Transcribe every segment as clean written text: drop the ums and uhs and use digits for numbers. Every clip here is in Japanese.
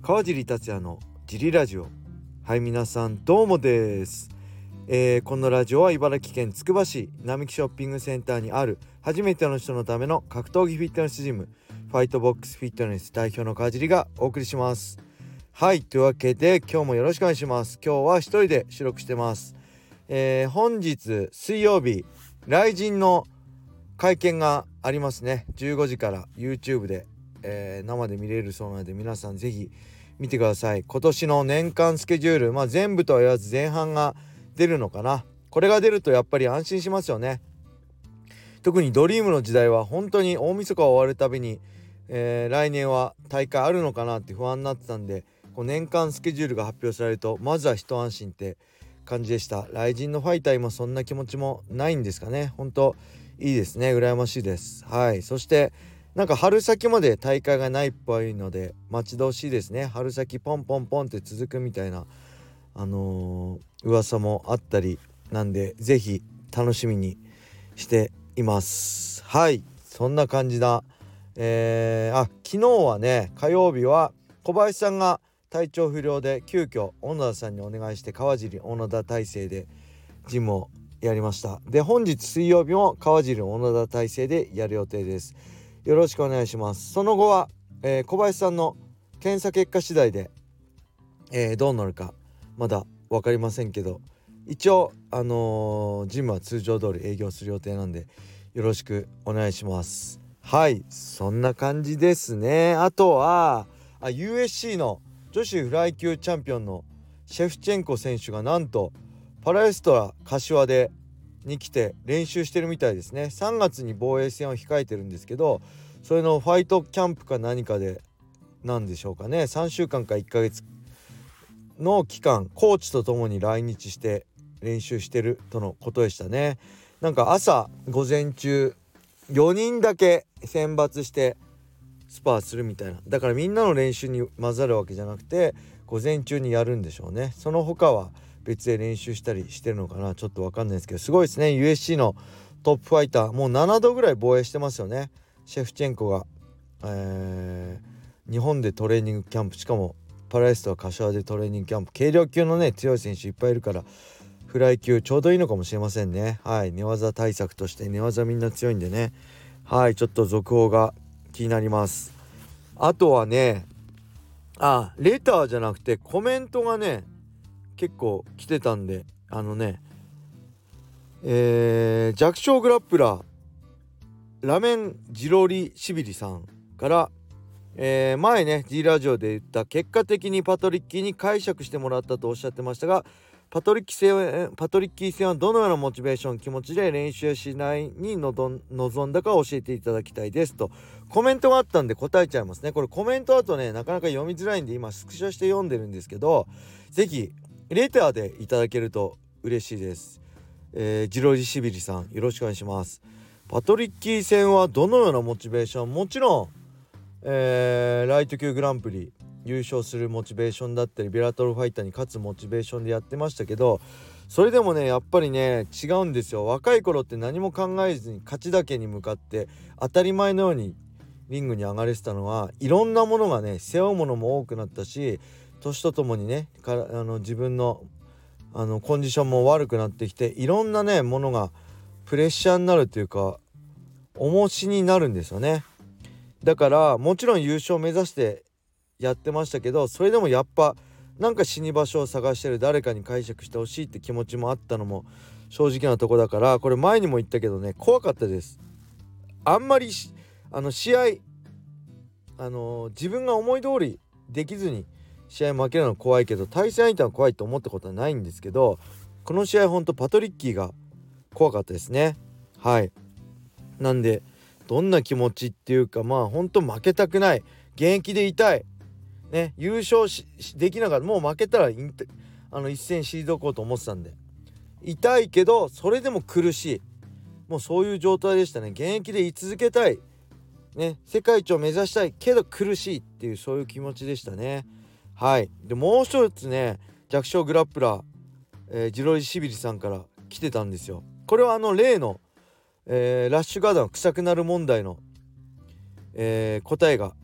川尻達也のジリラジオ。はい、皆さんどうもです。このラジオは茨城県つくば市並木ショッピングセンターにある初めての人のための格闘技フィットネスジム、ファイトボックスフィットネス代表の川尻がお送りします。はい、というわけで今日もよろしくお願いします。今日は一人で収録してます。本日水曜日、雷神の会見がありますね。15時から YouTube で、生で見れるそうなので、皆さんぜひ見てください。今年の年間スケジュール、全部とは言わず前半が出るのかな。これが出るとやっぱり安心しますよね。特にドリームの時代は本当に大晦日を終わるたびに、来年は大会あるのかなって不安になってたんで、こう年間スケジュールが発表されるとまずは一安心って感じでした。雷神のファイターもそんな気持ちもないんですかね。本当いいですね。羨ましいです。はい。そしてなんか春先まで大会がないっぽいので待ち遠しいですね。春先ポンポンポンって続くみたいな噂もあったりなんで、ぜひ楽しみにしています。はい、そんな感じだ。昨日はね、火曜日は小林さんが体調不良で急遽小野田さんにお願いして川尻小野田体制でジムをやりました。で、本日水曜日も川尻小野田体制でやる予定です。よろしくお願いします。その後は、小林さんの検査結果次第で、どうなるかまだ分かりませんけど、一応ジムは通常通り営業する予定なんでよろしくお願いします。はい、そんな感じですね。あとはUSC の女子フライ級チャンピオンのシェフチェンコ選手がなんとパラエストラ柏に来て練習してるみたいですね。3月に防衛戦を控えてるんですけど、それのファイトキャンプか何かでなんでしょうかね、3週間か1ヶ月の期間コーチと共に来日して練習してるとのことでしたね。なんか朝午前中4人だけ選抜してスパーするみたいな、だからみんなの練習に混ざるわけじゃなくて午前中にやるんでしょうね。その他は別で練習したりしてるのかな、ちょっと分かんないですけど、すごいですね。 USC のトップファイター、もう7度ぐらい防衛してますよね、シェフチェンコが。日本でトレーニングキャンプ、しかもパラエストは柏でトレーニングキャンプ、軽量級のね強い選手いっぱいいるからフライ級ちょうどいいのかもしれませんね。はい、寝技対策として寝技みんな強いんでね。はい、ちょっと続報が気になります。あとはね、レターじゃなくてコメントがね結構来てたんで、弱小グラップラーラメンジロリシビリさんから、前ね G ラジオで言った結果的にパトリッキーに解釈してもらったとおっしゃってましたが、パトリッキー戦はどのようなモチベーション気持ちで練習しないに臨んだか教えていただきたいですとコメントがあったんで答えちゃいますね。これコメントだとねなかなか読みづらいんで今スクショして読んでるんですけど、ぜひレターでいただけると嬉しいです。ジロリシビリさんよろしくお願いします。パトリッキー戦はどのようなモチベーション、もちろん、ライト級グランプリ優勝するモチベーションだったりベラトルファイターに勝つモチベーションでやってましたけど、それでもねやっぱりね違うんですよ。若い頃って何も考えずに勝ちだけに向かって当たり前のようにリングに上がれてたのは、いろんなものがね背負うものも多くなったし、年とともにね自分のコンディションも悪くなってきて、いろんなねものがプレッシャーになるというか重しになるんですよね。だからもちろん優勝を目指してやってましたけど、それでもやっぱなんか死に場所を探してる誰かに解釈してほしいって気持ちもあったのも正直なとこだから、これ前にも言ったけどね怖かったです。あんまり試合自分が思い通りできずに試合負けるの怖いけど、対戦相手は怖いと思ったことはないんですけど、この試合ほんとパトリッキーが怖かったですね。はい、なんでどんな気持ちっていうか、ほんと負けたくない、現役でいたいね、優勝できなかった、もう負けたら一戦退こうと思ってたんで、痛いけどそれでも苦しい、もうそういう状態でしたね。現役で居続けたいね、世界一を目指したいけど苦しいっていうそういう気持ちでしたね。はい。でもう一つね弱小グラップラー、ジロリシビリさんから来てたんですよ。これは例の、ラッシュガードが臭くなる問題の、答えが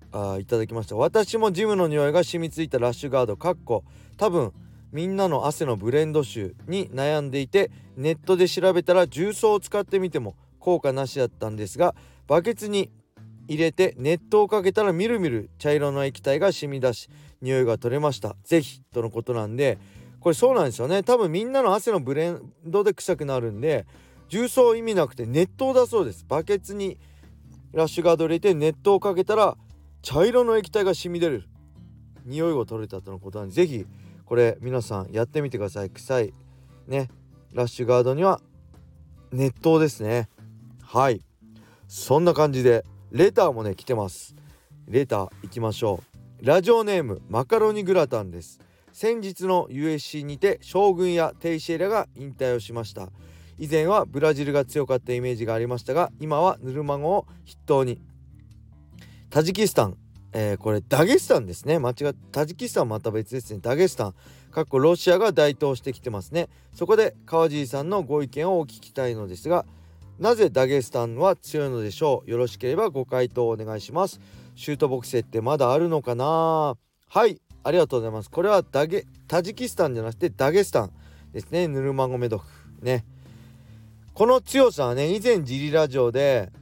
いただきました。私もジムの匂いが染みついたラッシュガード多分みんなの汗のブレンド臭に悩んでいて、ネットで調べたら重曹を使ってみても効果なしだったんですが、バケツに入れて熱湯をかけたらみるみる茶色の液体が染み出し匂いが取れました。ぜひとのことなんで、これそうなんですよね。多分みんなの汗のブレンドで臭くなるんで、重曹意味なくて熱湯だそうです。バケツにラッシュガード入れて熱湯をかけたら茶色の液体が染み出る匂いが取れたとのことなんで、ぜひこれ皆さんやってみてください。臭いねラッシュガードには熱湯ですね。はい、そんな感じでレターもね来てます。レター行きましょう。ラジオネームマカロニグラタンです。先日の USC にて将軍やテイシエラが引退をしました。以前はブラジルが強かったイメージがありましたが、今はヌルマゴを筆頭にタジキスタン、これダゲスタンですね。タジキスタンはまた別ですね。ダゲスタンロシアが台頭してきてますね。そこで川尻さんのご意見をお聞きたいのですが、なぜダゲスタンは強いのでしょう。よろしければご回答お願いします。シュートボクセってまだあるのかな。はい、ありがとうございます。これはタジキスタンじゃなくてダゲスタンですね。ヌルマゴメドフね。この強さはね、以前ジリラジオで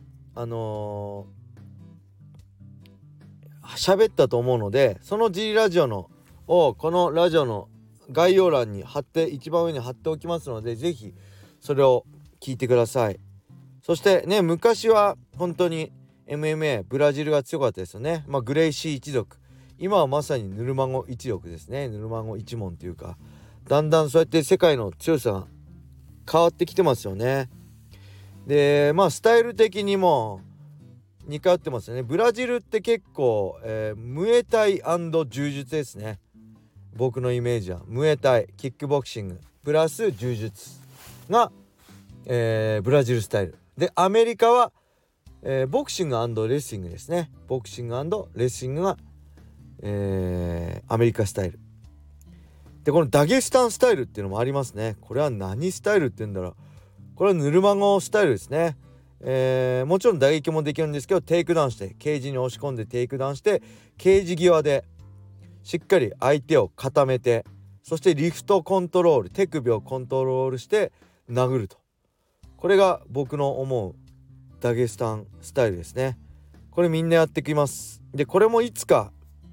喋ったと思うので、その G ラジオのをこのラジオの概要欄に一番上に貼っておきますので、ぜひそれを聞いてください。そしてね、昔は本当に MMA ブラジルが強かったですよね。グレイシー一族、今はまさにヌルマゴ一族ですね。ヌルマゴ一門というか、だんだんそうやって世界の強さが変わってきてますよね。でスタイル的にも似通ってますよね。ブラジルって結構、ムエタイ&柔術ですね。僕のイメージはムエタイ、キックボクシングプラス柔術が、ブラジルスタイルで、アメリカは、ボクシング&レスリングですね。ボクシング&レスリングが、アメリカスタイルで、このダゲスタンスタイルっていうのもありますね。これは何スタイルって言うんだろう。これはヌルマゴスタイルですね。もちろん打撃もできるんですけど、テイクダウンしてケージに押し込んでテイクダウンして、ケージ際でしっかり相手を固めて、そしてリフトコントロール、手首をコントロールして殴ると。これが僕の思うダゲスタンスタイルですね。これみんなやってきます。でこれもいつか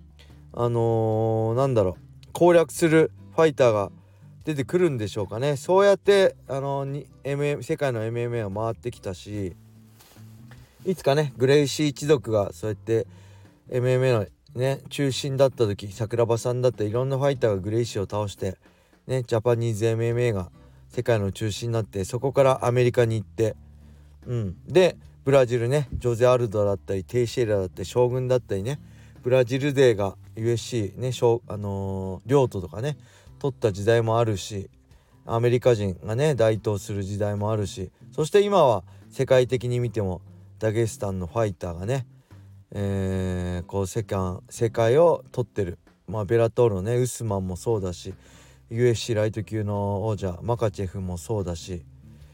攻略するファイターが出てくるんでしょうかね。そうやって世界の MMA は回ってきたし、いつかねグレイシー一族がそうやって MMA のね中心だった時、桜庭さんだったいろんなファイターがグレイシーを倒してね、ジャパニーズ MMA が世界の中心になって、そこからアメリカに行って、でブラジルね、ジョゼ・アルドだったりテイシエラだったり将軍だったりね、ブラジル勢が USC ね領土とかね取った時代もあるし、アメリカ人がね台頭する時代もあるし、そして今は世界的に見てもダゲスタンのファイターがね、世界を取ってる、ベラトールのねウスマンもそうだし、 USC ライト級の王者マカチェフもそうだし、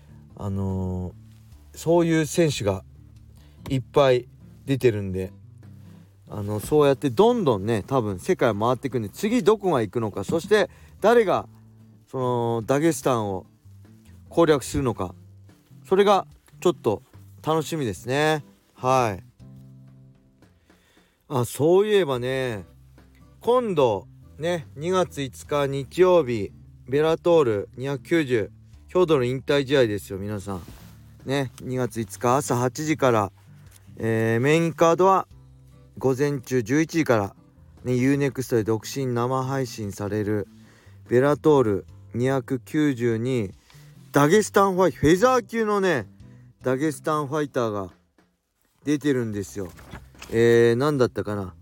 そういう選手がいっぱい出てるんで、そうやってどんどんね多分世界回っていくんで、次どこが行くのか、そして誰がそのダゲスタンを攻略するのか、それがちょっと楽しみですね。はい。そういえばね、今度ね2月5日日曜日、ベラトール290ヒョードル引退試合ですよ皆さんね。2月5日朝8時から、メインカードは午前中11時からね UNEXT で独身生配信されるベラトール292ダゲスタンフェザー級のねダゲスタンファイターが出てるんですよ。何だったかな、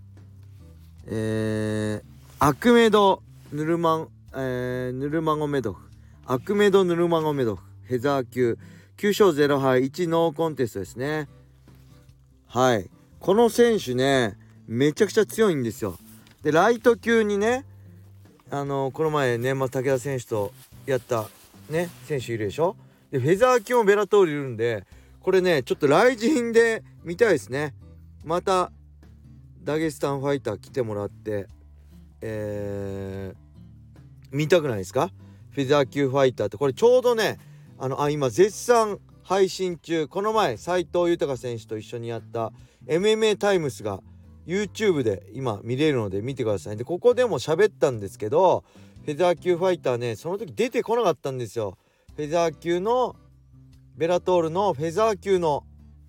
アクメド・ヌルマゴメドフ、アクメド・ヌルマゴメドフフェザー級9勝0敗1ノーコンテストですね。はい、この選手ねめちゃくちゃ強いんですよ。でライト級にねこの前年末武田選手とやったね選手いるでしょ。でフェザー級もベラトールいるんで、これねちょっとライジンで見たいですね。またダゲスタンファイター来てもらって、見たくないですか？フェザー級ファイターってこれちょうどね今絶賛配信中。この前斉藤豊選手と一緒にやった MMA タイムスが YouTube で今見れるので見てください。でここでも喋ったんですけど、フェザー級ファイターねその時出てこなかったんですよ。フェザー級のベラトールのフェザー級の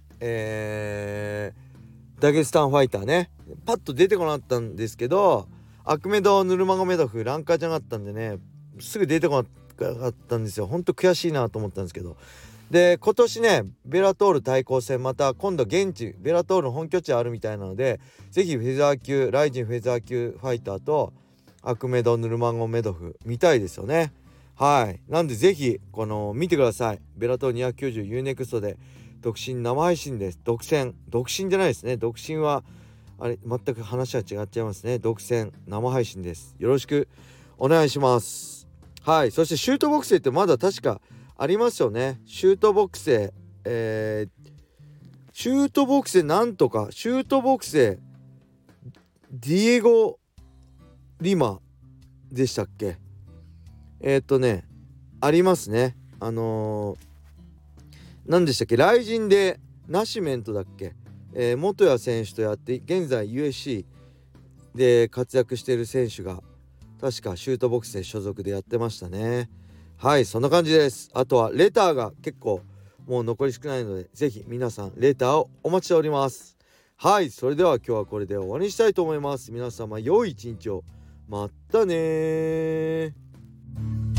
ダゲスタンファイターねパッと出てこなかったんですけど、アクメド・ヌルマゴメドフランカーじゃなかったんでねすぐ出てこなかったんですよ。ほんと悔しいなと思ったんですけど、で今年ねベラトール対抗戦また今度現地ベラトールの本拠地あるみたいなので、ぜひフェザー級ライジンフェザー級ファイターとアクメド・ヌルマゴメドフ見たいですよね。はい、なんでぜひ見てください。ベラトール 290UNEXT で独身生配信です。独身じゃないですね。独身はあれ全く話は違っちゃいますね。独占生配信です。よろしくお願いします。はい、そしてシュートボクセってまだ確かありますよね。シュートボクセシュートボクセなんとかシュートボクセディエゴ・リマでしたっけ？ありますね。何でしたっけ？ライジンでナシメントだっけ？元谷選手とやって現在 USC で活躍している選手が確かシュートボクスで所属でやってましたね。はい、そんな感じです。あとはレターが結構もう残り少ないのでぜひ皆さんレターをお待ちしております。はい、それでは今日はこれで終わりにしたいと思います。皆様良い一日を。またね。